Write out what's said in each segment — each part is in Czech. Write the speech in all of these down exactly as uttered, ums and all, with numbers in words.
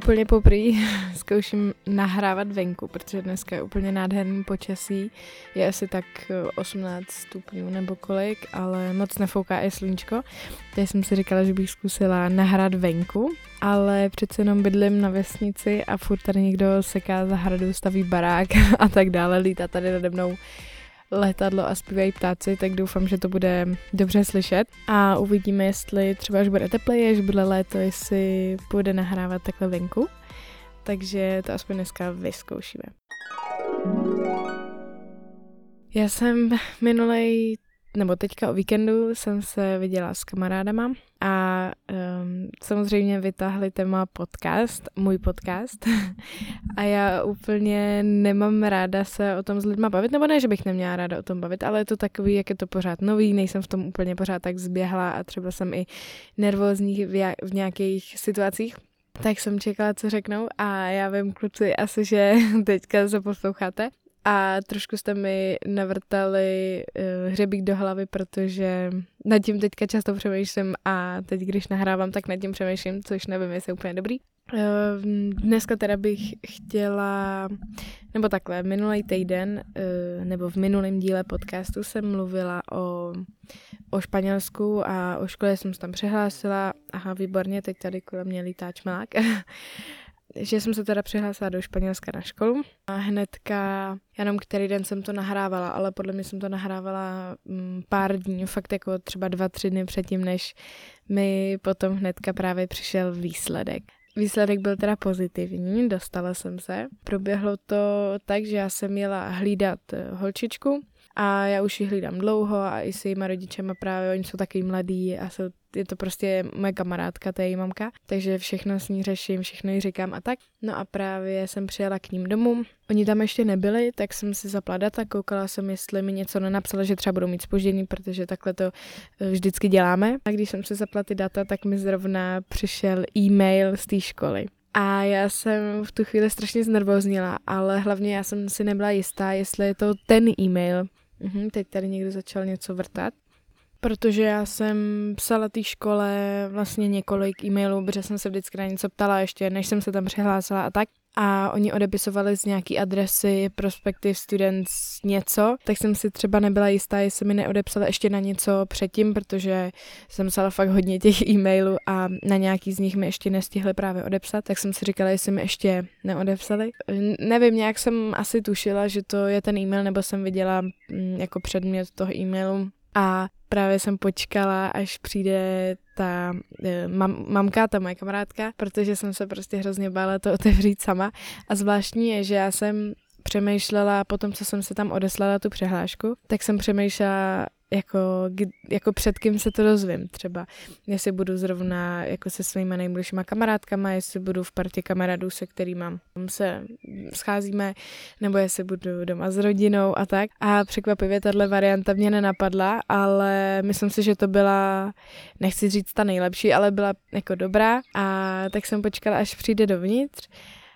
úplně poprvé zkouším nahrávat venku, protože dneska je úplně nádherný počasí. Je asi tak osmnáct stupňů nebo kolik, ale moc nefouká i sluníčko. Takže jsem si říkala, že bych zkusila nahrát venku, ale přece jenom bydlím na vesnici a furt tady někdo seká zahradu, staví barák a tak dále, lítá tady nade mnou letadlo a zpívají ptáci, tak doufám, že to bude dobře slyšet a uvidíme, jestli třeba až bude tepleji, až bude léto, jestli půjde nahrávat takhle venku. Takže to aspoň dneska vyzkoušíme. Já jsem minulej, nebo teďka o víkendu jsem se viděla s kamarádama a um, samozřejmě vytáhli téma podcast, můj podcast a já úplně nemám ráda se o tom s lidma bavit, nebo ne, že bych neměla ráda o tom bavit, ale je to takový, jak je to pořád nový, nejsem v tom úplně pořád tak zběhla a třeba jsem i nervózní v, ja- v nějakých situacích. Tak jsem čekala, co řeknou a já vím, kluci, asi, že teďka se posloucháte. A trošku jste mi navrtali uh, hřebík do hlavy, protože nad tím teďka často přemýšlím a teď, když nahrávám, tak nad tím přemýšlím, což nevím, jestli je úplně dobrý. Uh, dneska teda bych chtěla, nebo takhle, minulý týden, uh, nebo v minulém díle podcastu jsem mluvila o, o Španělsku a o škole jsem se tam přihlásila. Aha, výborně, teď tady kolem mě lítá čmelák. Že jsem se teda přihlásila do Španělska na školu a hnedka, jenom který den jsem to nahrávala, ale podle mě jsem to nahrávala m, pár dní, fakt jako třeba dva, tři dny předtím, než mi potom hnedka právě přišel výsledek. Výsledek byl teda pozitivní, dostala jsem se. Proběhlo to tak, že já jsem jela hlídat holčičku a já už ji hlídám dlouho a i s jejíma rodičema právě, oni jsou takový mladí a jsou, je to prostě moje kamarádka, to je její mamka, takže všechno s ní řeším, všechno jí říkám a tak. No a právě jsem přijela k ním domů, oni tam ještě nebyli, tak jsem si zapla data, koukala jsem, jestli mi něco nenapsala, že třeba budou mít zpoždění, protože takhle to vždycky děláme. A když jsem si zapla ty data, tak mi zrovna přišel e-mail z té školy. A já jsem v tu chvíli strašně znervoznila, ale hlavně já jsem si nebyla jistá, jestli je to ten e-mail. Uhum, teď tady někdo začal něco vrtat. Protože já jsem psala té škole vlastně několik e-mailů, protože jsem se vždycky na něco ptala ještě, než jsem se tam přihlásila a tak. A oni odepisovali z nějaký adresy Prospective Students něco, tak jsem si třeba nebyla jistá, jestli mi neodepsali ještě na něco předtím, protože jsem psala fakt hodně těch e-mailů a na nějaký z nich mi ještě nestihli právě odepsat, tak jsem si říkala, jestli mi ještě neodepsali. Nevím, nějak jsem asi tušila, že to je ten e-mail, nebo jsem viděla jako předmět toho e-mailu. A právě jsem počkala, až přijde ta mam, mamka, ta moje kamarádka, protože jsem se prostě hrozně bála to otevřít sama. A zvláštní je, že já jsem přemýšlela, po tom, co jsem se tam odeslala tu přihlášku, tak jsem přemýšlela, jako, jako před kým se to dozvím třeba. Jestli budu zrovna jako se svýma nejbližšíma kamarádkama, jestli budu v partě kamarádů, se kterými se scházíme, nebo jestli budu doma s rodinou a tak. A překvapivě tahle varianta mě nenapadla, ale myslím si, že to byla, nechci říct ta nejlepší, ale byla jako dobrá. A tak jsem počkala, až přijde dovnitř.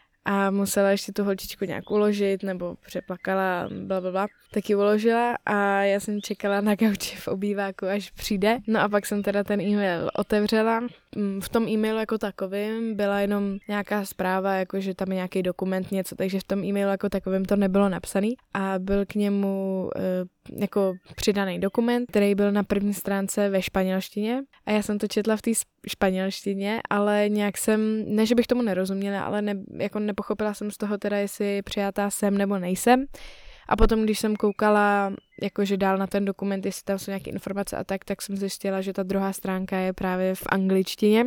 A musela ještě tu holčičku nějak uložit, nebo přeplakala, blablabla. Tak ji uložila a já jsem čekala na gauči v obýváku, až přijde. No a pak jsem teda ten e-mail otevřela. V tom e-mailu jako takovým byla jenom nějaká zpráva, jako že tam je nějaký dokument, něco, takže v tom e-mailu jako takovým to nebylo napsaný. A byl k němu e, jako přidaný dokument, který byl na první stránce ve španělštině. A já jsem to četla v té španělštině, ale nějak jsem, ne, že bych tomu nerozuměla, ale ne, jako nepochopila jsem z toho teda, jestli přijatá jsem nebo nejsem. A potom, když jsem koukala jakože dál na ten dokument, jestli tam jsou nějaké informace a tak, tak jsem zjistila, že ta druhá stránka je právě v angličtině.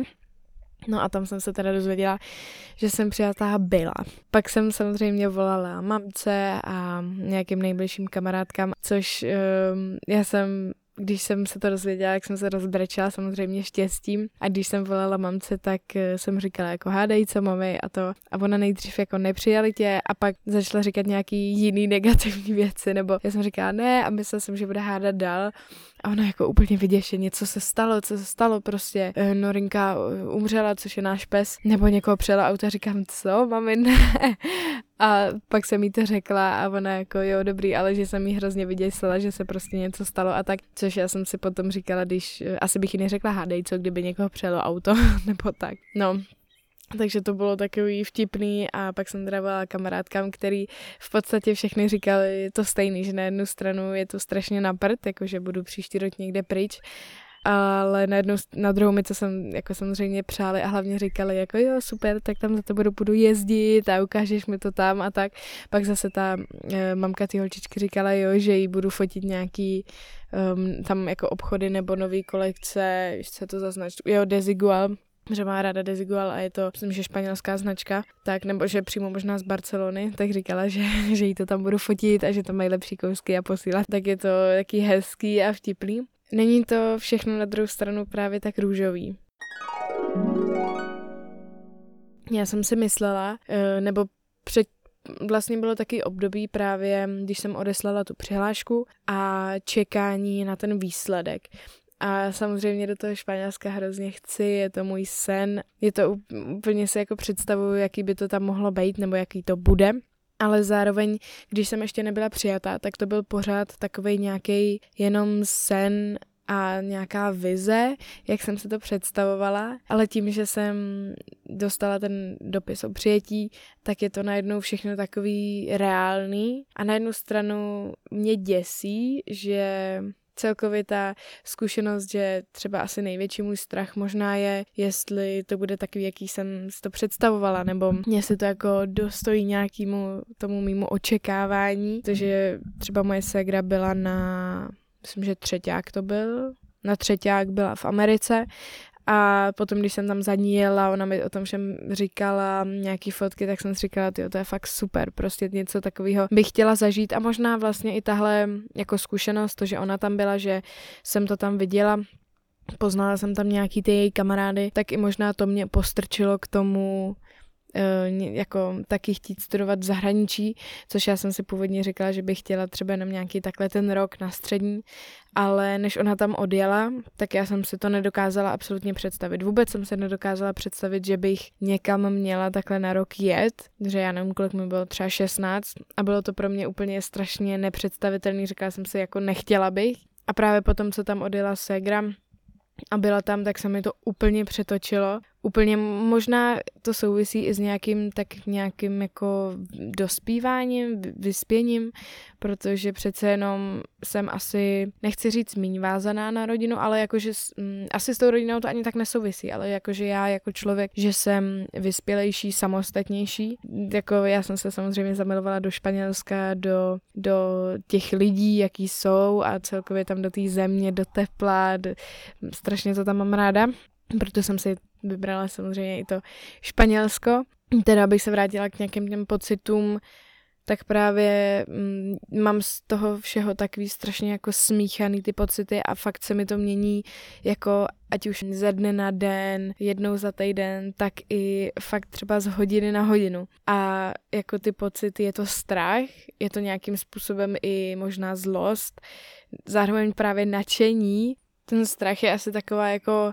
No a tam jsem se teda dozvěděla, že jsem přijatá byla. Pak jsem samozřejmě volala mamce a nějakým nejbližším kamarádkám, což um, já jsem, když jsem se to dozvěděla, jak jsem se rozbrečela samozřejmě štěstím. A když jsem volala mamce, tak jsem říkala jako hádej, co mami a to. A ona nejdřív jako nepřijali tě a pak začala říkat nějaký jiný negativní věci, nebo já jsem říkala ne a myslela jsem, že bude hádat dál. A ona jako úplně vyděšeně, co se stalo, co se stalo, prostě Norinka umřela, což je náš pes, nebo někoho přijela auta, říkám, co, mami, ne. A pak jsem jí to řekla a ona jako, jo, dobrý, ale že jsem jí hrozně vyděsila, že se prostě něco stalo a tak, což já jsem si potom říkala, když, asi bych jí neřekla, hádej, co kdyby někoho přijelo auto, nebo tak, no. Takže to bylo takový vtipný a pak jsem teda volala kamarádkám, který v podstatě všechny říkali to stejný, že na jednu stranu je to strašně na prd, jakože budu příští rok někde pryč, ale na, jednu, na druhou mi to jsem jako samozřejmě přáli a hlavně říkali jako jo super, tak tam za to budu, budu jezdit a ukážeš mi to tam a tak. Pak zase ta e, mamka ty holčičky říkala jo, že jí budu fotit nějaký um, tam jako obchody nebo nový kolekce, víš co to za značku, jo Desigual, že má ráda Desigual a je to, myslím, že španělská značka, tak nebo že přímo možná z Barcelony, tak říkala, že, že jí to tam budu fotit a že tam mají lepší kousky a posílat, tak je to taky hezký a vtipný. Není to všechno na druhou stranu právě tak růžový. Já jsem si myslela, nebo před, vlastně bylo taky období právě, když jsem odeslala tu přihlášku a čekání na ten výsledek. A samozřejmě do toho Španělska hrozně chci, je to můj sen, je to úplně si jako představuju, jaký by to tam mohlo být, nebo jaký to bude. Ale zároveň, když jsem ještě nebyla přijatá, tak to byl pořád takovej nějaký jenom sen a nějaká vize, jak jsem se to představovala, ale tím, že jsem dostala ten dopis o přijetí, tak je to najednou všechno takový reálný a na jednu stranu mě děsí, že celkově ta zkušenost, že třeba asi největší můj strach možná je, jestli to bude takový, jaký jsem si to představovala, nebo jestli to jako dostojí nějakému tomu mýmu očekávání, protože třeba moje ségra byla na, myslím, že třeťák to byl, na třeťák byla v Americe a potom, když jsem tam za ní jela, ona mi o tom všem říkala nějaký fotky, tak jsem si říkala, tyjo, to je fakt super, prostě něco takového bych chtěla zažít a možná vlastně i tahle jako zkušenost, to, že ona tam byla, že jsem to tam viděla, poznala jsem tam nějaký ty její kamarády, tak i možná to mě postrčilo k tomu, jako taky chtít studovat v zahraničí, což já jsem si původně říkala, že bych chtěla třeba jenom nějaký takhle ten rok na střední, ale než ona tam odjela, tak já jsem si to nedokázala absolutně představit. Vůbec jsem se nedokázala představit, že bych někam měla takhle na rok jet, že já nevím, kolik mi bylo, třeba šestnáct a bylo to pro mě úplně strašně nepředstavitelný, říkala jsem si, jako nechtěla bych. A právě potom, co tam odjela ségra a byla tam, tak se mi to úplně přetočilo. Úplně možná to souvisí i s nějakým tak nějakým jako dospíváním, vyspěním, protože přece jenom jsem asi, nechci říct míň vázaná na rodinu, ale jakože m, asi s tou rodinou to ani tak nesouvisí, ale jakože já jako člověk, že jsem vyspělejší, samostatnější, jako já jsem se samozřejmě zamilovala do Španělska, do, do těch lidí, jaký jsou a celkově tam do té země, do tepla, do, strašně to tam mám ráda. Proto jsem si vybrala samozřejmě i to Španělsko. Teda abych se vrátila k nějakým těm pocitům, tak právě mm, mám z toho všeho takový strašně jako smíchaný ty pocity a fakt se mi to mění jako ať už ze dne na den, jednou za týden, tak i fakt třeba z hodiny na hodinu. A jako ty pocity je to strach, je to nějakým způsobem i možná zlost, zároveň právě nadšení. Ten strach je asi taková jako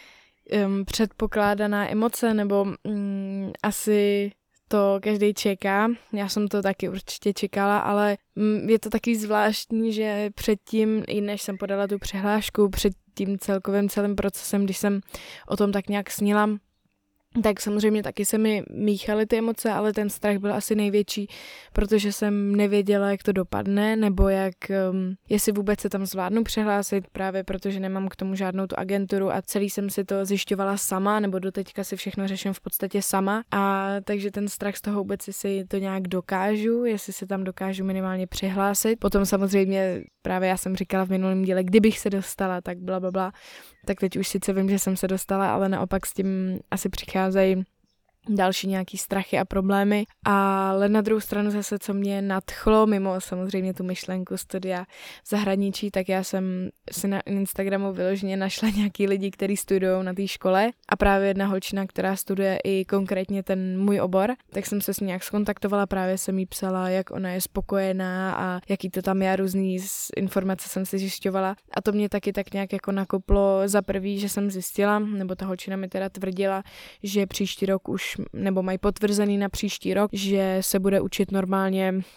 um, předpokládaná emoce, nebo um, asi to každý čeká. Já jsem to taky určitě čekala, ale um, je to taky zvláštní, že předtím, i než jsem podala tu přihlášku, před tím celkovým celým procesem, když jsem o tom tak nějak snila, tak samozřejmě taky se mi míchaly ty emoce, ale ten strach byl asi největší, protože jsem nevěděla, jak to dopadne, nebo jak, um, jestli vůbec se tam zvládnu přihlásit, právě protože nemám k tomu žádnou tu agenturu a celý jsem si to zjišťovala sama, nebo doteďka si všechno řeším v podstatě sama, a takže ten strach z toho vůbec, jestli to nějak dokážu, jestli se tam dokážu minimálně přihlásit. Potom samozřejmě právě já jsem říkala v minulém díle, kdybych se dostala, tak blablabla, tak teď už sice vím, že jsem se dostala, ale naopak s tím asi přicházejí další nějaký strachy a problémy, ale na druhou stranu zase, co mě nadchlo, mimo samozřejmě tu myšlenku studia v zahraničí, tak já jsem si na Instagramu vyloženě našla nějaký lidi, kteří studují na té škole a právě jedna holčina, která studuje i konkrétně ten můj obor, tak jsem se s ní nějak skontaktovala, právě jsem jí psala, jak ona je spokojená a jaký to tam je, různý informace jsem si zjišťovala a to mě taky tak nějak jako nakoplo za prvý, že jsem zjistila, nebo ta holčina mi teda tvrdila, že příští rok už nebo mají potvrzený na příští rok, že se bude učit normálně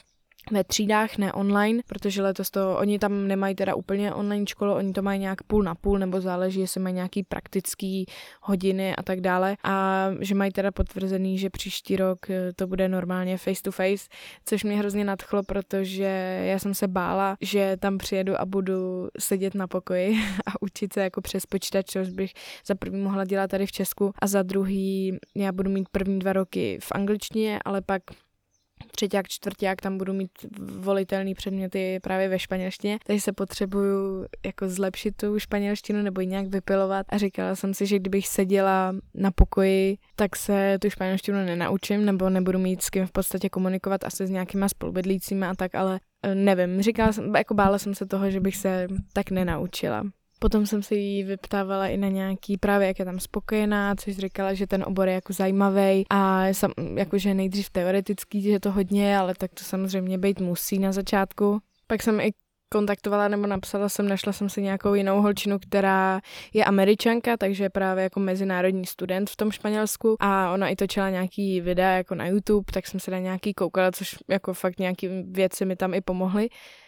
ve třídách, ne online, protože letos to, oni tam nemají teda úplně online školu, oni to mají nějak půl na půl, nebo záleží, jestli mají nějaký praktický hodiny a tak dále, a že mají teda potvrzený, že příští rok to bude normálně face to face, což mě hrozně nadchlo, protože já jsem se bála, že tam přijedu a budu sedět na pokoji a učit se jako přes počítač, což bych za první mohla dělat tady v Česku, a za druhý já budu mít první dva roky v angličtině, ale pak třeťák, čtvrťák, tam budu mít volitelný předměty právě ve španělštině, takže se potřebuju jako zlepšit tu španělštinu nebo ji nějak vypilovat, a říkala jsem si, že kdybych seděla na pokoji, tak se tu španělštinu nenaučím, nebo nebudu mít s kým v podstatě komunikovat, asi s nějakýma spolubydlícíma a tak, ale nevím, říkala jsem, jako bála jsem se toho, že bych se tak nenaučila. Potom jsem se jí vyptávala i na nějaký právě, jak je tam spokojená, což říkala, že ten obor je jako zajímavý a sam, jakože nejdřív teoretický, že to hodně, ale tak to samozřejmě být musí na začátku. Pak jsem i kontaktovala nebo napsala jsem, našla jsem si nějakou jinou holčinu, která je Američanka, takže je právě jako mezinárodní student v tom Španělsku, a ona i točila nějaký videa jako na YouTube, tak jsem se na nějaký koukala, což jako fakt nějaký věci mi tam i pomohly.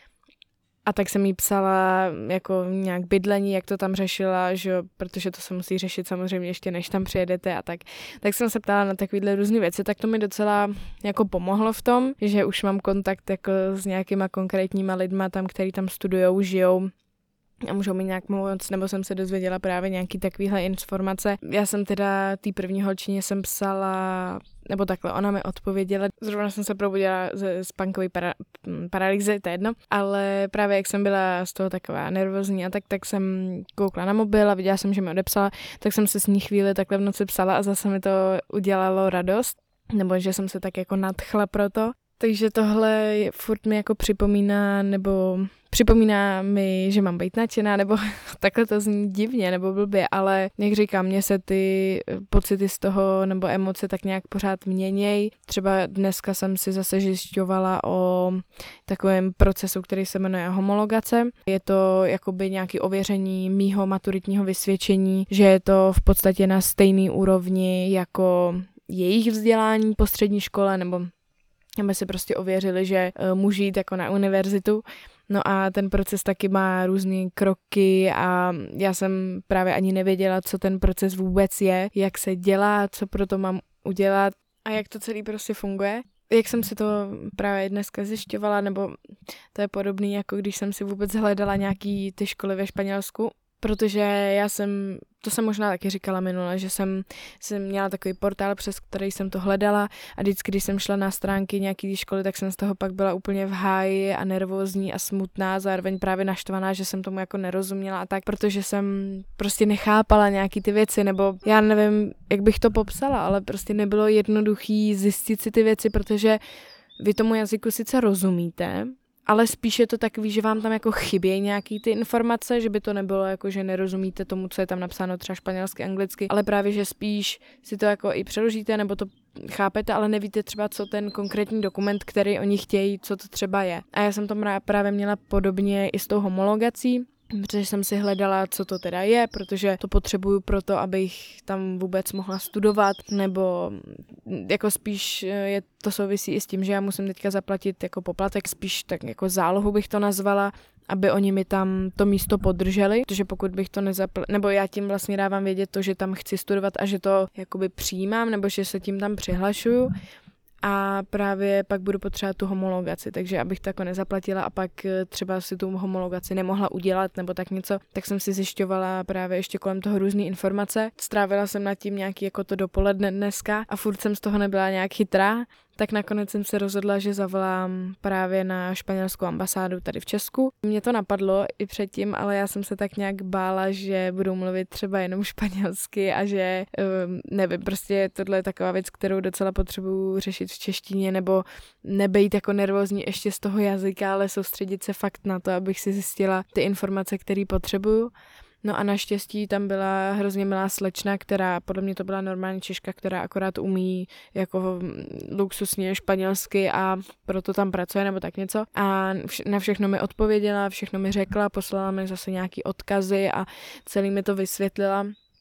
A tak jsem jí psala jako nějak bydlení, jak to tam řešila, že, protože to se musí řešit samozřejmě ještě než tam přijedete a tak. Tak jsem se ptala na takovýhle různé věci, tak to mi docela jako pomohlo v tom, že už mám kontakt jako s nějakýma konkrétníma lidma tam, který tam studujou, žijou a můžou mi nějak moc, nebo jsem se dozvěděla právě nějaký takovýhle informace. Já jsem teda té první holčině jsem psala, nebo takhle, ona mi odpověděla, zrovna jsem se probudila z spánkové para, paralýzy, to je jedno, ale právě jak jsem byla z toho taková nervózní a tak, tak jsem koukla na mobil a viděla jsem, že mi odepsala, tak jsem se s ní chvíli takhle v noci psala a zase mi to udělalo radost, nebo že jsem se tak jako nadchla pro to. Takže tohle furt mi jako připomíná, nebo připomíná mi, že mám být nadšená, nebo takhle to zní divně, nebo blbě, ale jak říkám, mně se ty pocity z toho, nebo emoce tak nějak pořád měněj. Třeba dneska jsem si zase zjišťovala o takovém procesu, který se jmenuje homologace. Je to jakoby nějaké ověření mýho maturitního vysvědčení, že je to v podstatě na stejný úrovni jako jejich vzdělání po střední škole, nebo aby si prostě ověřili, že uh, můžu jít jako na univerzitu. No a ten proces taky má různé kroky a já jsem právě ani nevěděla, co ten proces vůbec je, jak se dělá, co pro to mám udělat a jak to celý prostě funguje. Jak jsem si to právě dneska zjišťovala, nebo to je podobný, jako když jsem si vůbec hledala nějaký ty školy ve Španělsku, protože já jsem, to jsem možná taky říkala minule, že jsem, jsem měla takový portál, přes který jsem to hledala a vždycky, když jsem šla na stránky nějaký školy, tak jsem z toho pak byla úplně v háji a nervózní a smutná, zároveň právě naštvaná, že jsem tomu jako nerozuměla a tak, protože jsem prostě nechápala nějaký ty věci, nebo já nevím, jak bych to popsala, ale prostě nebylo jednoduchý zjistit si ty věci, protože vy tomu jazyku sice rozumíte, ale spíš je to takový, že vám tam jako chybějí nějaký ty informace, že by to nebylo jako, že nerozumíte tomu, co je tam napsáno třeba španělsky, anglicky, ale právě, že spíš si to jako i přeložíte, nebo to chápete, ale nevíte třeba, co ten konkrétní dokument, který oni chtějí, co to třeba je. A já jsem to právě měla podobně i s tou homologací, protože jsem si hledala, co to teda je, protože to potřebuju proto, abych tam vůbec mohla studovat, nebo jako spíš je, to souvisí i s tím, že já musím teďka zaplatit jako poplatek, spíš tak jako zálohu bych to nazvala, aby oni mi tam to místo podrželi, protože pokud bych to nezapl... nebo já tím vlastně dávám vědět to, že tam chci studovat a že to jakoby přijímám, nebo že se tím tam přihlašuju, a právě pak budu potřebovat tu homologaci, takže abych to jako nezaplatila a pak třeba si tu homologaci nemohla udělat nebo tak něco, tak jsem si zjišťovala právě ještě kolem toho různé informace. Strávila jsem nad tím nějaký jako to dopoledne dneska a furt jsem z toho nebyla nějak chytrá, tak nakonec jsem se rozhodla, že zavolám právě na španělskou ambasádu tady v Česku. Mě to napadlo i předtím, ale já jsem se tak nějak bála, že budou mluvit třeba jenom španělsky a že nevím, prostě tohle je taková věc, kterou docela potřebuju řešit v češtině, nebo nebejt jako nervózní ještě z toho jazyka, ale soustředit se fakt na to, abych si zjistila ty informace, které potřebuju. No a naštěstí tam byla hrozně milá slečna, která, podle mě to byla normální Češka, která akorát umí jako luxusně španělsky a proto tam pracuje nebo tak něco. A na všechno mi odpověděla, všechno mi řekla, poslala mi zase nějaký odkazy a celý mi to vysvětlila.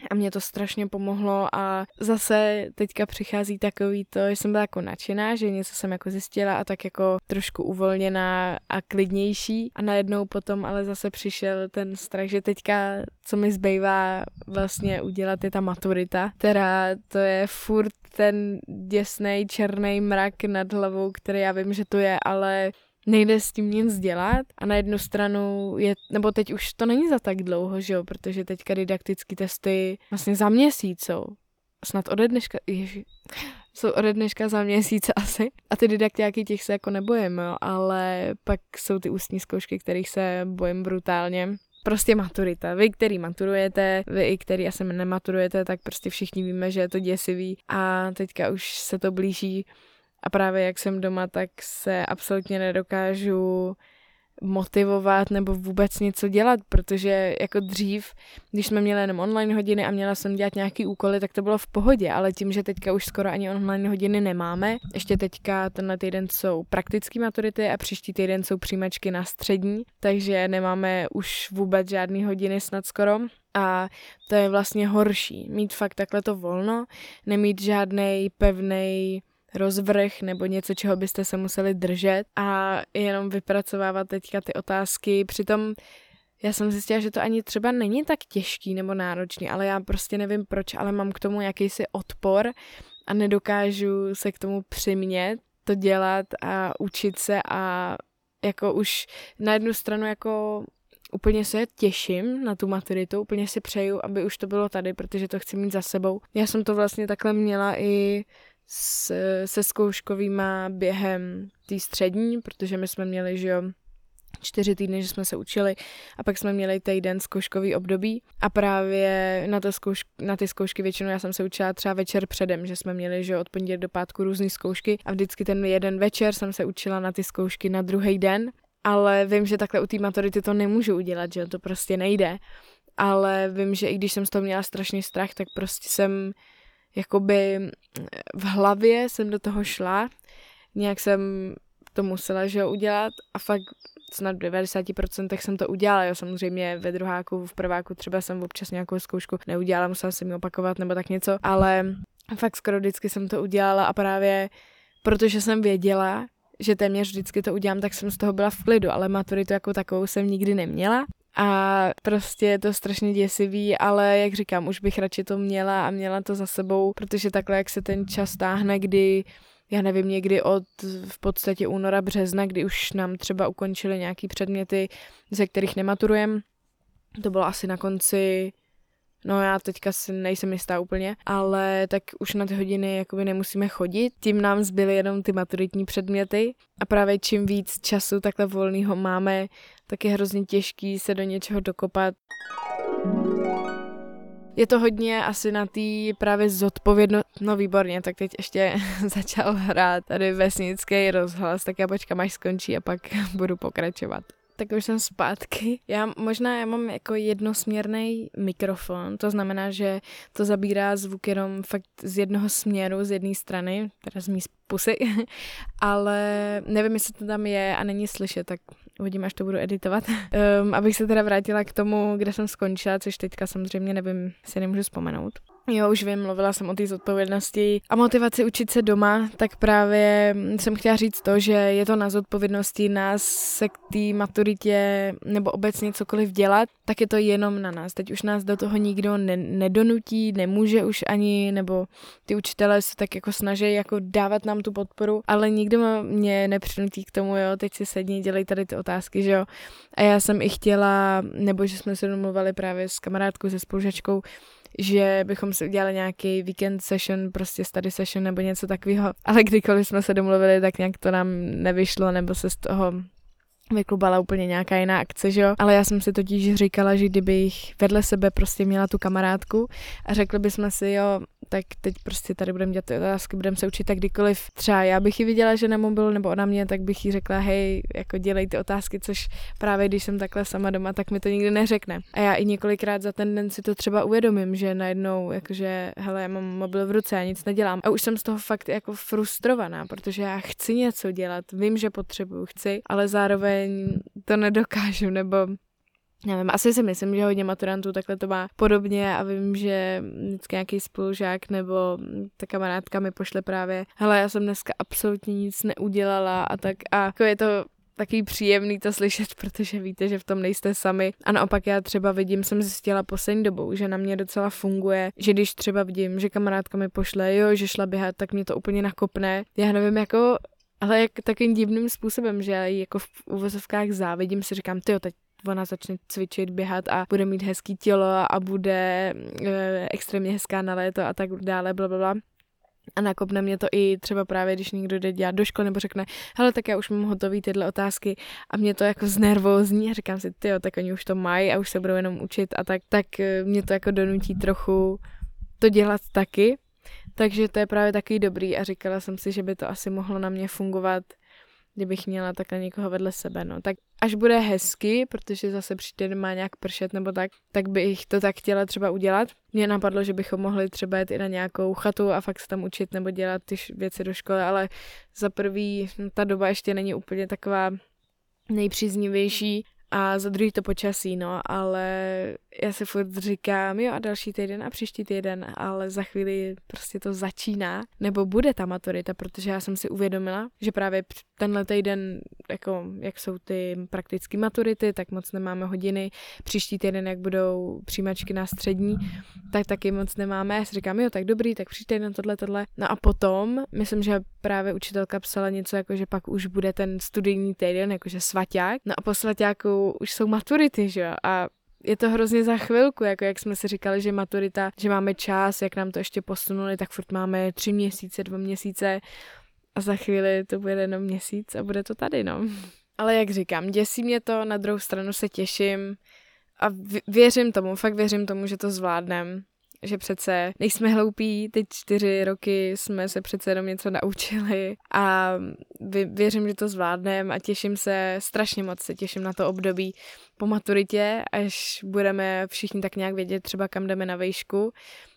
A mě to strašně pomohlo a zase teďka přichází takový to, že jsem byla jako nadšená, že něco jsem jako zjistila a tak jako trošku uvolněná a klidnější a najednou potom ale zase přišel ten strach, že teďka, co mi zbývá vlastně udělat, je ta maturita, která to je furt ten děsnej černý mrak nad hlavou, který já vím, že to je, ale nejde s tím nic dělat a na jednu stranu je, nebo teď už to není za tak dlouho, že jo, protože teďka didaktické testy vlastně za měsíc jsou. Snad ode dneška, ježi, jsou ode dneška za měsíc asi. A ty didaktiáky těch se jako nebojím, jo, ale pak jsou ty ústní zkoušky, kterých se bojím brutálně. Prostě maturita. Vy, který maturujete, vy, i který asi nematurujete, tak prostě všichni víme, že je to děsivý a teďka už se to blíží. A právě jak jsem doma, tak se absolutně nedokážu motivovat nebo vůbec něco dělat, protože jako dřív, když jsme měli jenom online hodiny a měla jsem dělat nějaký úkoly, tak to bylo v pohodě, ale tím, že teďka už skoro ani online hodiny nemáme, ještě teďka tenhle týden jsou praktické maturity a příští týden jsou přijímačky na střední, takže nemáme už vůbec žádný hodiny snad skoro. A to je vlastně horší, mít fakt takhle to volno, nemít žádnej pevnej rozvrh nebo něco, čeho byste se museli držet a jenom vypracovávat teďka ty otázky. Přitom já jsem zjistila, že to ani třeba není tak těžký nebo náročný, ale já prostě nevím proč, ale mám k tomu jakýsi odpor a nedokážu se k tomu přimět to dělat a učit se a jako už na jednu stranu jako úplně se těším na tu maturitu, úplně si přeju, aby už to bylo tady, protože to chci mít za sebou. Já jsem to vlastně takhle měla i S, se zkouškovýma během té střední, protože my jsme měli, že jo, čtyři týdny, že jsme se učili a pak jsme měli týden zkouškový období a právě na, to zkouš, na ty zkoušky většinou já jsem se učila třeba večer předem, že jsme měli, že jo, od pondělí do pátku různý zkoušky a vždycky ten jeden večer jsem se učila na ty zkoušky na druhý den, ale vím, že takhle u té maturity to nemůžu udělat, že jo, to prostě nejde, ale vím, že i když jsem z toho měla strašný strach, tak prostě jsem jakoby v hlavě jsem do toho šla, nějak jsem to musela, že jo, udělat a fakt snad v devadesát procent jsem to udělala, jo, samozřejmě ve druháku, v prváku třeba jsem občas nějakou zkoušku neudělala, musela jsem ji opakovat nebo tak něco, ale fakt skoro vždycky jsem to udělala a právě protože jsem věděla, že téměř vždycky to udělám, tak jsem z toho byla v klidu, ale maturitu jako takovou jsem nikdy neměla. A prostě je to strašně děsivý, ale jak říkám, už bych radši to měla a měla to za sebou, protože takhle, jak se ten čas táhne, kdy, já nevím, někdy od v podstatě února, března, kdy už nám třeba ukončili nějaký předměty, ze kterých nematurujem, to bylo asi na konci, no já teďka si nejsem jistá úplně, ale tak už na ty hodiny jakoby nemusíme chodit, tím nám zbyly jenom ty maturitní předměty a právě čím víc času takhle volného máme, tak je hrozně těžký se do něčeho dokopat. Je to hodně asi na té právě zodpovědnost, no výborně, tak teď ještě začal hrát tady vesnický rozhlas, tak já počkám, až skončí a pak budu pokračovat. Tak už jsem zpátky. Já možná já mám jako jednosměrný mikrofon, to znamená, že to zabírá zvuk jenom fakt z jednoho směru, z jedné strany, teda z mý pusy, ale nevím, jestli to tam je a není slyšet, tak uvidím, až to budu editovat. Um, abych se teda vrátila k tomu, kde jsem skončila, což teďka samozřejmě nevím, si nemůžu vzpomenout. Jo, už vím, mluvila jsem o té zodpovědnosti a motivaci učit se doma, tak právě jsem chtěla říct to, že je to na zodpovědnosti nás se k té maturitě nebo obecně cokoliv dělat, tak je to jenom na nás. Teď už nás do toho nikdo ne- nedonutí, nemůže už ani, nebo ty učitelé se tak jako snaží jako dávat nám tu podporu, ale nikdo mě nepřinutí k tomu, jo, teď si sedni, dělej tady ty otázky, že jo. A já jsem i chtěla, nebo že jsme se domluvali právě s kamarádkou, se spolužačkou, že bychom si udělali nějaký weekend session, prostě study session nebo něco takového, ale kdykoliv jsme se domluvili, tak nějak to nám nevyšlo, nebo se z toho vyklubala úplně nějaká jiná akce, že jo. Ale já jsem si totiž říkala, že kdybych vedle sebe prostě měla tu kamarádku a řekli bychom si, jo, tak teď prostě tady budeme dělat ty otázky, budeme se učit, tak kdykoliv třeba já bych ji viděla, že na mobilu nebo ona mě, tak bych jí řekla, hej, jako dělej ty otázky, což právě když jsem takhle sama doma, tak mi to nikdy neřekne. A já i několikrát za ten den si to třeba uvědomím, že najednou, jakože, hele, já mám mobil v ruce, já nic nedělám. A už jsem z toho fakt jako frustrovaná, protože já chci něco dělat, vím, že potřebuju, chci, ale zároveň to nedokážu, nebo nevím, asi si myslím, že hodně maturantů takhle to má podobně a vím, že vždycky nějaký spolužák nebo ta kamarádka mi pošle právě, hele, já jsem dneska absolutně nic neudělala a tak a jako je to takový příjemný to slyšet, protože víte, že v tom nejste sami. A naopak já třeba vidím, jsem zjistila poslední dobou, že na mě docela funguje, že když třeba vidím, že kamarádka mi pošle, jo, že šla běhat, tak mě to úplně nakopne. Já nevím, jako, ale jak takovým divným způsobem, že já jako v uvozovkách závidím, si říkám, tyjo, teď ona začne cvičit, běhat a bude mít hezký tělo a bude e, extrémně hezká na léto a tak dále, blablabla. A nakopne mě to i třeba právě, když někdo jde dělat do školy nebo řekne, hele, tak já už mám hotový tyhle otázky a mě to jako znervózní a říkám si, tyjo, tak oni už to mají a už se budou jenom učit a tak, tak mě to jako donutí trochu to dělat taky. Takže to je právě takový dobrý a říkala jsem si, že by to asi mohlo na mě fungovat, kdybych měla takhle někoho vedle sebe, no. Tak až bude hezky, protože zase přijde má nějak pršet nebo tak, tak bych to tak chtěla třeba udělat. Mně napadlo, že bychom mohli třeba jít i na nějakou chatu a fakt se tam učit nebo dělat ty věci do školy, ale za prvý ta doba ještě není úplně taková nejpříznivější a za druhý to počasí, no, ale já si furt říkám, jo a další týden a příští týden, ale za chvíli prostě to začíná, nebo bude ta maturita, protože já jsem si uvědomila, že právě tenhle týden, jako jak jsou ty praktické maturity, tak moc nemáme hodiny, příští týden, jak budou přijímačky na střední, tak taky moc nemáme, já si říkám, jo, tak dobrý, tak příští týden tohle, tohle, no a potom, myslím, že právě učitelka psala něco, jako že pak už bude ten studijní týden, jakože svaťák, no a po svaťáku už jsou maturity, že jo, a je to hrozně za chvilku, jako jak jsme si říkali, že maturita, že máme čas, jak nám to ještě posunuli, tak furt máme tři měsíce, dva měsíce a za chvíli to bude jenom měsíc a bude to tady, no. Ale jak říkám, děsí mě to, na druhou stranu se těším a věřím tomu, fakt věřím tomu, že to zvládnem, že přece nejsme hloupí, teď čtyři roky jsme se přece jenom něco naučili a věřím, že to zvládneme a těším se, strašně moc se těším na to období po maturitě, až budeme všichni tak nějak vědět třeba kam jdeme na vejšku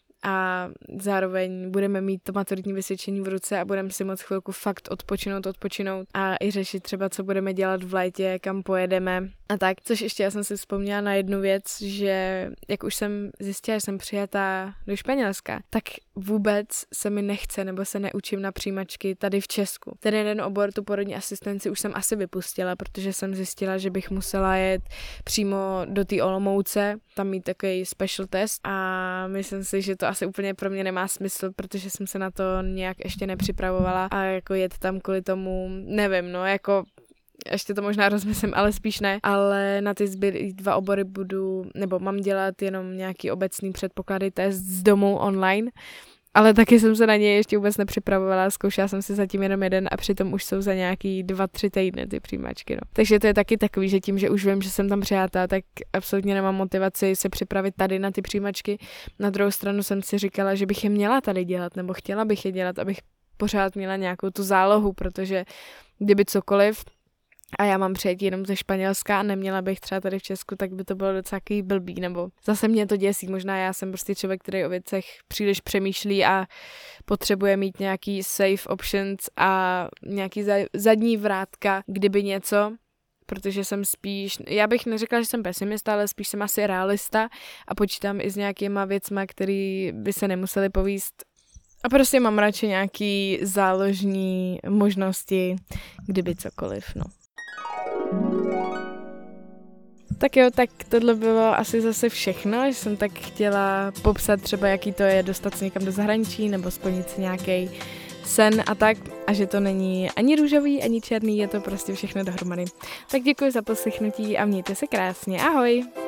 a zároveň budeme mít to maturitní vysvědčení v ruce a budeme si moc chvilku fakt odpočinout, odpočinout a i řešit třeba, co budeme dělat v létě, kam pojedeme a tak. Což ještě já jsem si vzpomněla na jednu věc, že jak už jsem zjistila, že jsem přijatá do Španělska, tak vůbec se mi nechce nebo se neučím na přijímačky tady v Česku. Ten jeden obor, tu porodní asistenci, už jsem asi vypustila, protože jsem zjistila, že bych musela jet přímo do té Olomouce, tam mít takový special test a myslím si, že to asi úplně pro mě nemá smysl, protože jsem se na to nějak ještě nepřipravovala a jako jet tam kvůli tomu, nevím, no jako ještě to možná rozmyslím, ale spíš ne, ale na ty zbylé dva obory budu, nebo mám dělat jenom nějaký obecný předpoklady test z domu online, ale taky jsem se na něj ještě vůbec nepřipravovala, zkoušela jsem si zatím jenom jeden a přitom už jsou za nějaký dva, tři týdny ty přijímačky, no. Takže to je taky takový, že tím, že už vím, že jsem tam přijatá, tak absolutně nemám motivaci se připravit tady na ty přijímačky. Na druhou stranu jsem si říkala, že bych je měla tady dělat, nebo chtěla bych je dělat, abych pořád měla nějakou tu zálohu, protože kdyby cokoliv, a já mám přijetí jenom ze Španělska a neměla bych třeba tady v Česku, tak by to bylo docela takový blbý, nebo zase mě to děsí, možná já jsem prostě člověk, který o věcech příliš přemýšlí a potřebuje mít nějaký safe options a nějaký zadní vrátka, kdyby něco, protože jsem spíš, já bych neřekla, že jsem pesimista, ale spíš jsem asi realista a počítám i s nějakýma věcma, které by se nemusely povíst. A prostě mám radši nějaký záložní možnosti, kdyby cokoliv, no. Tak jo, tak tohle bylo asi zase všechno, že jsem tak chtěla popsat třeba, jaký to je dostat se někam do zahraničí nebo splnit si nějaký sen a tak a že to není ani růžový, ani černý, je to prostě všechno dohromady. Tak děkuji za poslechnutí a mějte se krásně, ahoj!